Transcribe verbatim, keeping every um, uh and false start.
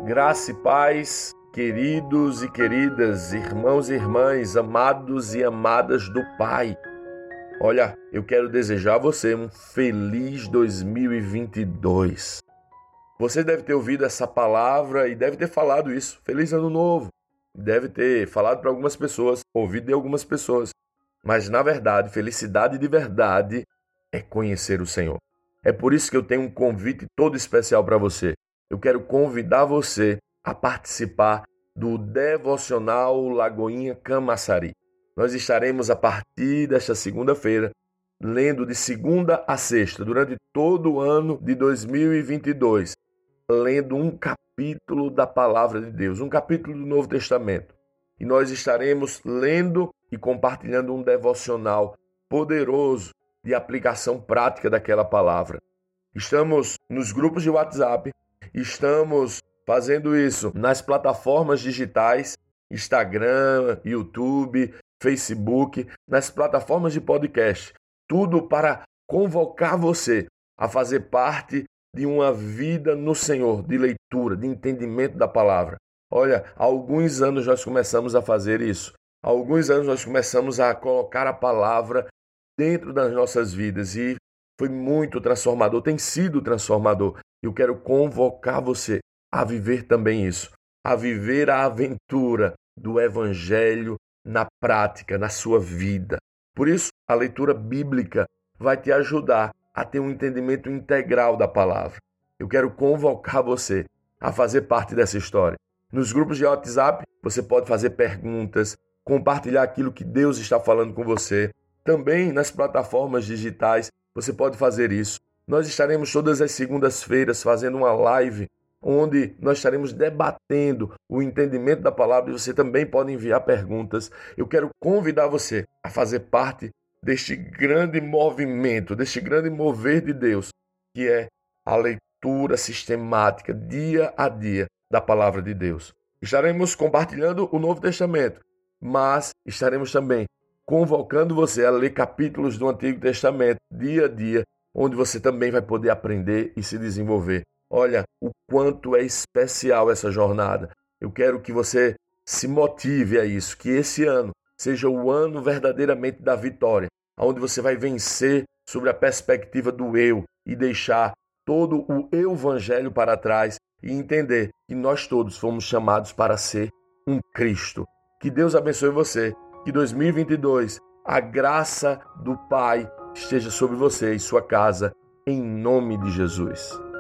Graça e paz, queridos e queridas, irmãos e irmãs, amados e amadas do Pai. Olha, eu quero desejar a você um feliz dois mil e vinte e dois. Você deve ter ouvido essa palavra e deve ter falado isso. Feliz Ano Novo. Deve ter falado para algumas pessoas, ouvido de algumas pessoas. Mas, na verdade, felicidade de verdade é conhecer o Senhor. É por isso que eu tenho um convite todo especial para você. Eu quero convidar você a participar do Devocional Lagoinha Camaçari. Nós estaremos, a partir desta segunda-feira, lendo de segunda a sexta, durante todo o ano de dois mil e vinte e dois, lendo um capítulo da Palavra de Deus, um capítulo do Novo Testamento. E nós estaremos lendo e compartilhando um devocional poderoso de aplicação prática daquela palavra. Estamos nos grupos de WhatsApp, estamos fazendo isso nas plataformas digitais, Instagram, YouTube, Facebook, nas plataformas de podcast. Tudo para convocar você a fazer parte de uma vida no Senhor, de leitura, de entendimento da palavra. Olha, há alguns anos nós começamos a fazer isso. Há alguns anos nós começamos a colocar a palavra dentro das nossas vidas e foi muito transformador, tem sido transformador. Eu quero convocar você a viver também isso, a viver a aventura do Evangelho na prática, na sua vida. Por isso, a leitura bíblica vai te ajudar a ter um entendimento integral da palavra. Eu quero convocar você a fazer parte dessa história. Nos grupos de WhatsApp, você pode fazer perguntas, compartilhar aquilo que Deus está falando com você. Também nas plataformas digitais, você pode fazer isso. Nós estaremos todas as segundas-feiras fazendo uma live onde nós estaremos debatendo o entendimento da palavra e você também pode enviar perguntas. Eu quero convidar você a fazer parte deste grande movimento, deste grande mover de Deus, que é a leitura sistemática, dia a dia, da palavra de Deus. Estaremos compartilhando o Novo Testamento, mas estaremos também convocando você a ler capítulos do Antigo Testamento, dia a dia, onde você também vai poder aprender e se desenvolver. Olha, o quanto é especial essa jornada. Eu quero que você se motive a isso, que esse ano seja o ano verdadeiramente da vitória, onde você vai vencer sobre a perspectiva do eu e deixar todo o evangelho para trás e entender que nós todos fomos chamados para ser um Cristo. Que Deus abençoe você, que dois mil e vinte e dois, a graça do Pai esteja sobre você e sua casa, em nome de Jesus.